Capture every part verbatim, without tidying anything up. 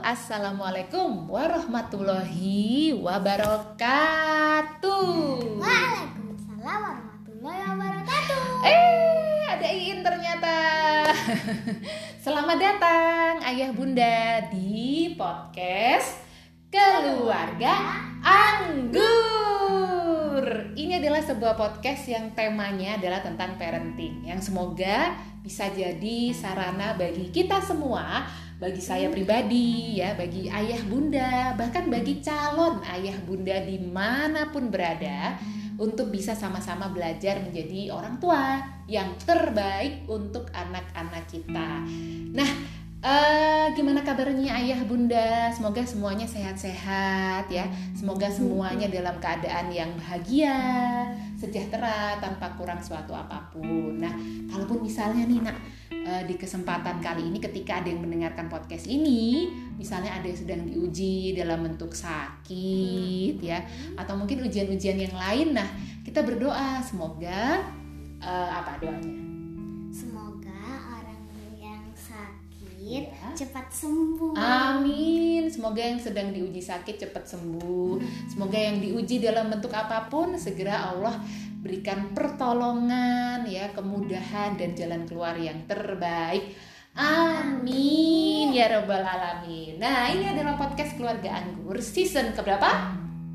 Assalamualaikum warahmatullahi wabarakatuh. Waalaikumsalam warahmatullahi wabarakatuh. Eh, ada Iin ternyata. Selamat datang Ayah Bunda di podcast Keluarga Anggur. Ini adalah sebuah podcast yang temanya adalah tentang parenting, yang semoga bisa jadi sarana bagi kita semua, bagi saya pribadi ya, bagi ayah bunda, bahkan bagi calon ayah bunda dimanapun berada, untuk bisa sama-sama belajar menjadi orang tua yang terbaik untuk anak-anak kita. Nah, Uh, gimana kabarnya ayah bunda? Semoga semuanya sehat-sehat ya. Semoga semuanya dalam keadaan yang bahagia, sejahtera, tanpa kurang suatu apapun. Nah, kalaupun misalnya nih nak, uh, di kesempatan kali ini ketika ada yang mendengarkan podcast ini, misalnya ada yang sedang diuji dalam bentuk sakit ya, atau mungkin ujian-ujian yang lain, nah kita berdoa semoga uh, apa doanya? Ya. Cepat sembuh. Amin. Semoga yang sedang diuji sakit cepat sembuh. Semoga yang diuji dalam bentuk apapun segera Allah berikan pertolongan ya, kemudahan dan jalan keluar yang terbaik. Amin ya rabbal alamin. Nah, ini adalah podcast Keluarga Anggur season keberapa?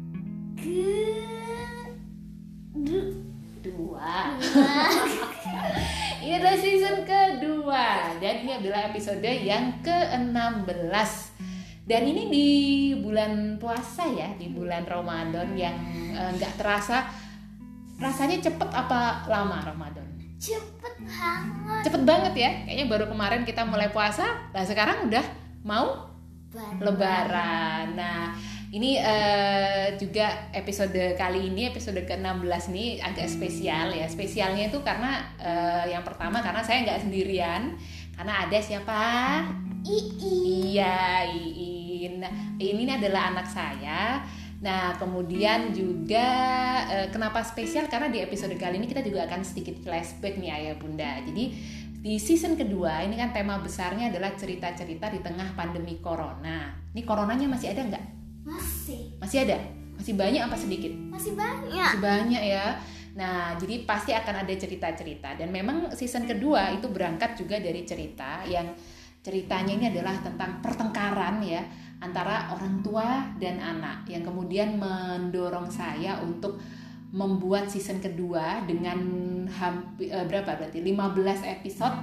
Kedua. Ini adalah season kedua dan ini adalah episode yang ke-enam belas. Dan ini di bulan puasa ya, di bulan Ramadan yang enggak uh, terasa. Rasanya cepet apa lama Ramadan? Cepet banget. Cepet banget ya. Kayaknya baru kemarin kita mulai puasa, nah sekarang udah mau Lebaran. Lebaran. Nah, ini uh, juga episode kali ini, episode ke-enam belas nih agak spesial ya. Spesialnya itu karena uh, yang pertama karena saya nggak sendirian, karena ada siapa? Iin. Iya, Iin. Nah, Iin ini adalah anak saya. Nah, kemudian juga uh, kenapa spesial? Karena di episode kali ini kita juga akan sedikit flashback nih ayah bunda. Jadi di season kedua ini kan tema besarnya adalah cerita-cerita di tengah pandemi corona. Ini coronanya masih ada nggak? Masih. Masih ada? Masih banyak apa sedikit? Masih banyak. Masih banyak ya. Nah, jadi pasti akan ada cerita-cerita. Dan memang season kedua itu berangkat juga dari cerita yang ceritanya ini adalah tentang pertengkaran ya antara orang tua dan anak, yang kemudian mendorong saya untuk membuat season kedua dengan hampir eh, berapa berarti lima belas episode.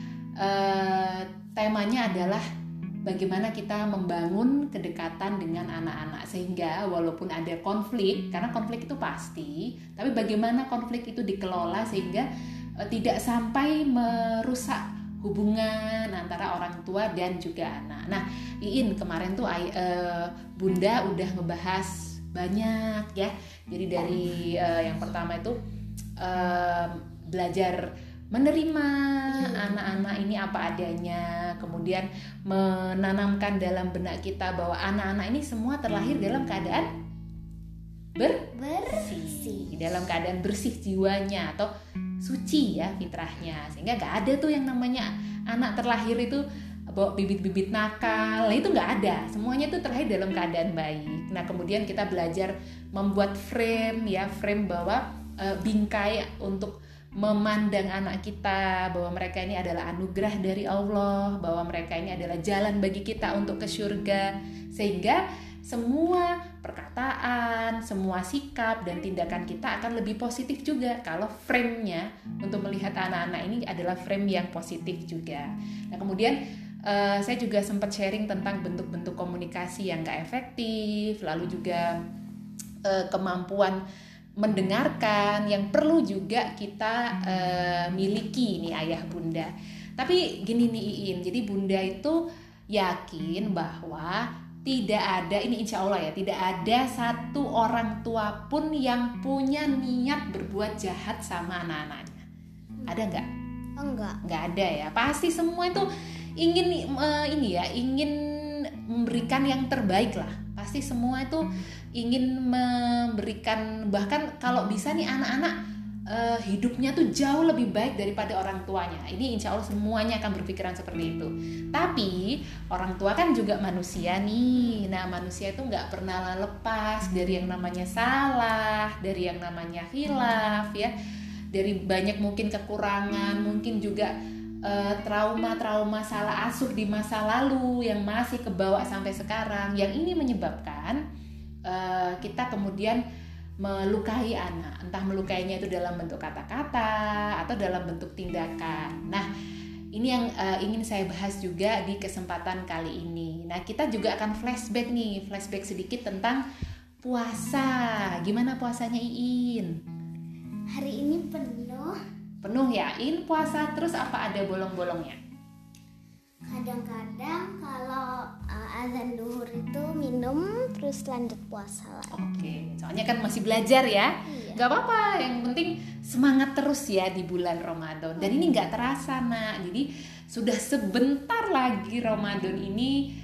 Eh, temanya adalah bagaimana kita membangun kedekatan dengan anak-anak sehingga walaupun ada konflik, karena konflik itu pasti, tapi bagaimana konflik itu dikelola sehingga e, tidak sampai merusak hubungan antara orang tua dan juga anak. Nah, Iin kemarin tuh e, Bunda udah ngebahas banyak ya. Jadi dari e, yang pertama itu e, belajar menerima hmm. anak-anak ini apa adanya, kemudian menanamkan dalam benak kita bahwa anak-anak ini semua terlahir dalam keadaan ber- bersih, dalam keadaan bersih jiwanya atau suci ya fitrahnya, sehingga nggak ada tuh yang namanya anak terlahir itu bawa bibit-bibit nakal, itu nggak ada, semuanya itu terlahir dalam keadaan baik. Nah, kemudian kita belajar membuat frame ya, frame bahwa e, bingkai untuk memandang anak kita bahwa mereka ini adalah anugerah dari Allah, bahwa mereka ini adalah jalan bagi kita untuk ke surga, sehingga semua perkataan, semua sikap dan tindakan kita akan lebih positif juga kalau frame-nya untuk melihat anak-anak ini adalah frame yang positif juga. Nah, kemudian uh, saya juga sempat sharing tentang bentuk-bentuk komunikasi yang gak efektif, lalu juga uh, kemampuan mendengarkan yang perlu juga kita uh, miliki nih ayah bunda. Tapi gini nih Iin, jadi bunda itu yakin bahwa tidak ada, ini insya Allah ya, tidak ada satu orang tua pun yang punya niat berbuat jahat sama anak-anaknya. Ada nggak? Enggak. Nggak ada ya. Pasti semua itu ingin uh, ini ya, ingin memberikan yang terbaik lah. Pasti semua itu ingin memberikan, bahkan kalau bisa nih anak-anak uh, hidupnya tuh jauh lebih baik daripada orang tuanya. Ini insya Allah semuanya akan berpikiran seperti itu. Tapi orang tua kan juga manusia nih. Nah manusia itu nggak pernah lepas dari yang namanya salah, dari yang namanya khilaf ya, dari banyak mungkin kekurangan, mungkin juga uh, trauma-trauma salah asuh di masa lalu yang masih kebawa sampai sekarang. Yang ini menyebabkan uh, kita kemudian melukai anak, entah melukainya itu dalam bentuk kata-kata atau dalam bentuk tindakan. Nah, ini yang uh, ingin saya bahas juga di kesempatan kali ini. Nah, kita juga akan flashback nih, flashback sedikit tentang puasa. Gimana puasanya Iin? Hari ini penuh. Penuh ya, Iin puasa terus apa ada bolong-bolongnya? Kadang-kadang kalau uh, azan duhur itu minum terus lanjut puasa lagi. Oke, soalnya kan masih belajar ya. Iya. Gak apa-apa, yang penting semangat terus ya di bulan Ramadan. Dan ini gak terasa nak, jadi sudah sebentar lagi Ramadan ini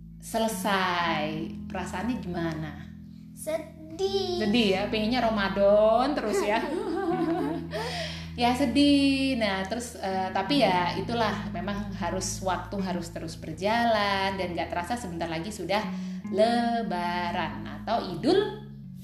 selesai. Perasaannya gimana? Sedih. Sedih ya, pengennya Ramadan terus ya. Ya sedih. Nah terus uh, tapi ya itulah, memang harus waktu harus terus berjalan dan gak terasa sebentar lagi sudah Lebaran atau Idul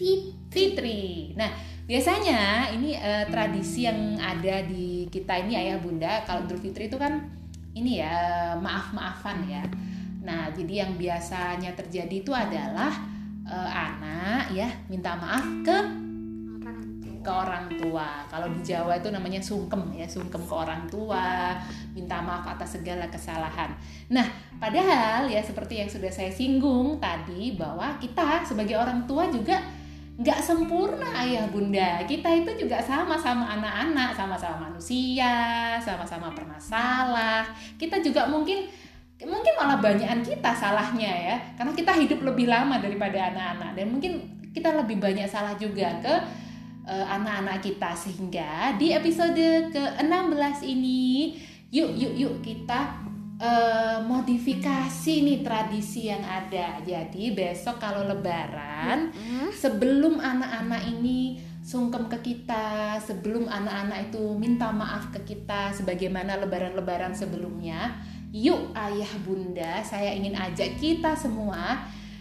Fitri. Nah biasanya ini uh, tradisi yang ada di kita ini ayah bunda, kalau Idul Fitri itu kan ini ya maaf-maafan ya. Nah jadi yang biasanya terjadi itu adalah uh, anak ya minta maaf ke ke orang tua. Kalau di Jawa itu namanya sungkem ya, sungkem ke orang tua, minta maaf atas segala kesalahan. Nah, padahal ya seperti yang sudah saya singgung tadi, bahwa kita sebagai orang tua juga nggak sempurna ayah bunda. Kita itu juga sama-sama anak-anak, sama-sama manusia, sama-sama pernah salah. Kita juga mungkin mungkin malah banyakan kita salahnya ya, karena kita hidup lebih lama daripada anak-anak, dan mungkin kita lebih banyak salah juga ke Uh, anak-anak kita. Sehingga di episode ke enam belas ini yuk yuk yuk kita uh, modifikasi nih tradisi yang ada. Jadi besok kalau Lebaran, mm-hmm. sebelum anak-anak ini sungkem ke kita, sebelum anak-anak itu minta maaf ke kita sebagaimana lebaran-lebaran sebelumnya, yuk ayah bunda, saya ingin ajak kita semua,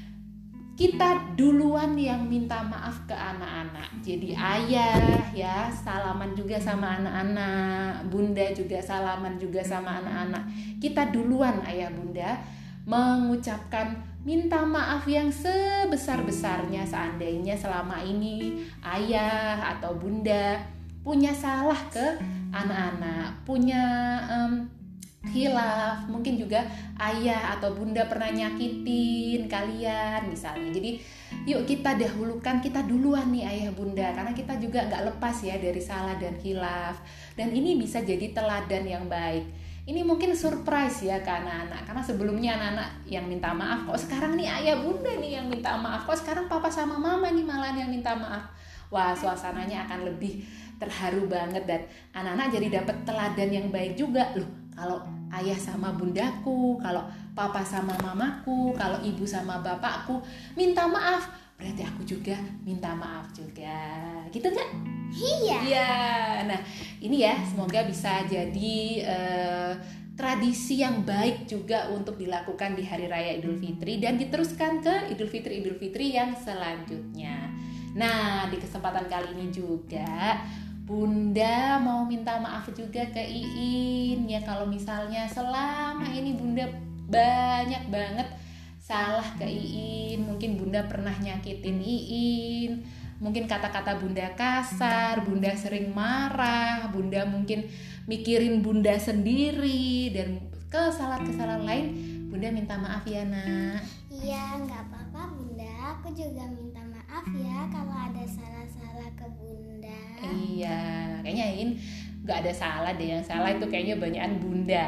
kita duluan yang minta maaf ke anak-anak. Jadi ayah ya salaman juga sama anak-anak, bunda juga salaman juga sama anak-anak. Kita duluan ayah bunda mengucapkan minta maaf yang sebesar-besarnya seandainya selama ini ayah atau bunda punya salah ke anak-anak, punya um, khilaf, mungkin juga ayah atau bunda pernah nyakitin kalian misalnya. Jadi yuk kita dahulukan, kita duluan nih ayah bunda, karena kita juga gak lepas ya dari salah dan khilaf. Dan ini bisa jadi teladan yang baik. Ini mungkin surprise ya ke anak-anak, karena sebelumnya anak-anak yang minta maaf, kok sekarang nih ayah bunda nih yang minta maaf, kok sekarang papa sama mama nih malah yang minta maaf. Wah, suasananya akan lebih terharu banget, dan anak-anak jadi dapat teladan yang baik juga loh. Kalau ayah sama bundaku, kalau papa sama mamaku, kalau ibu sama bapakku minta maaf, berarti aku juga minta maaf juga. Gitu nggak? Iya. Iya. Nah, ini ya semoga bisa jadi uh, tradisi yang baik juga untuk dilakukan di Hari Raya Idul Fitri dan diteruskan ke Idul Fitri Idul Fitri yang selanjutnya. Nah, di kesempatan kali ini juga Bunda mau minta maaf juga ke Iin ya, kalau misalnya selama ini Bunda banyak banget salah ke Iin, mungkin Bunda pernah nyakitin Iin, mungkin kata-kata Bunda kasar, Bunda sering marah, Bunda mungkin mikirin Bunda sendiri, dan kesalahan-kesalahan lain Bunda minta maaf ya nak. Iya, nggak apa-apa Bunda, aku juga minta maaf ya kalau ada salah-salah ke Bunda. Iya, kayaknya Iin nggak ada salah deh, yang salah itu kayaknya banyakan Bunda.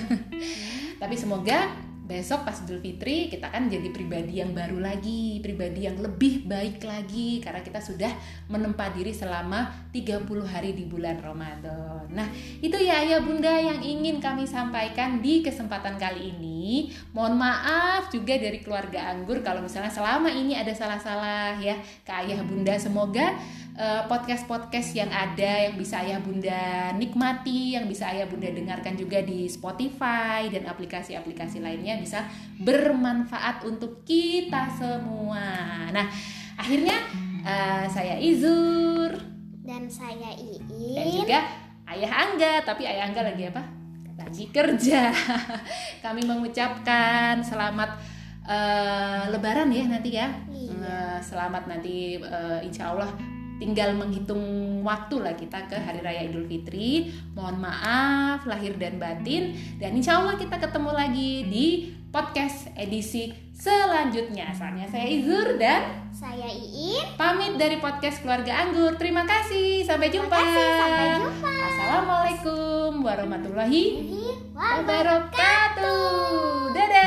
Tapi semoga besok pas Idul Fitri kita kan jadi pribadi yang baru lagi, pribadi yang lebih baik lagi, karena kita sudah menempa diri selama tiga puluh hari di bulan Ramadan. Nah, itu ya ayah bunda yang ingin kami sampaikan di kesempatan kali ini. Mohon maaf juga dari keluarga Anggur kalau misalnya selama ini ada salah-salah ya ke ayah bunda. Semoga uh, podcast-podcast yang ada yang bisa ayah bunda nikmati, yang bisa ayah bunda dengarkan juga di Spotify dan aplikasi-aplikasi lainnya, bisa bermanfaat untuk kita semua. Nah, akhirnya uh, saya Izur dan saya Iin dan juga ayah Angga, tapi ayah Angga lagi apa? Lagi kerja. Kami mengucapkan selamat Uh, Lebaran ya nanti ya. Iya. Uh, selamat nanti uh, insya Allah tinggal menghitung waktu lah kita ke Hari Raya Idul Fitri. Mohon maaf lahir dan batin, dan insya Allah kita ketemu lagi di podcast edisi selanjutnya. Asalnya saya Izur dan saya Iin pamit dari podcast Keluarga Anggur. Terima kasih, sampai jumpa. Terima kasih, sampai jumpa. Assalamualaikum warahmatullahi wabarakatuh. wabarakatuh. Dadah.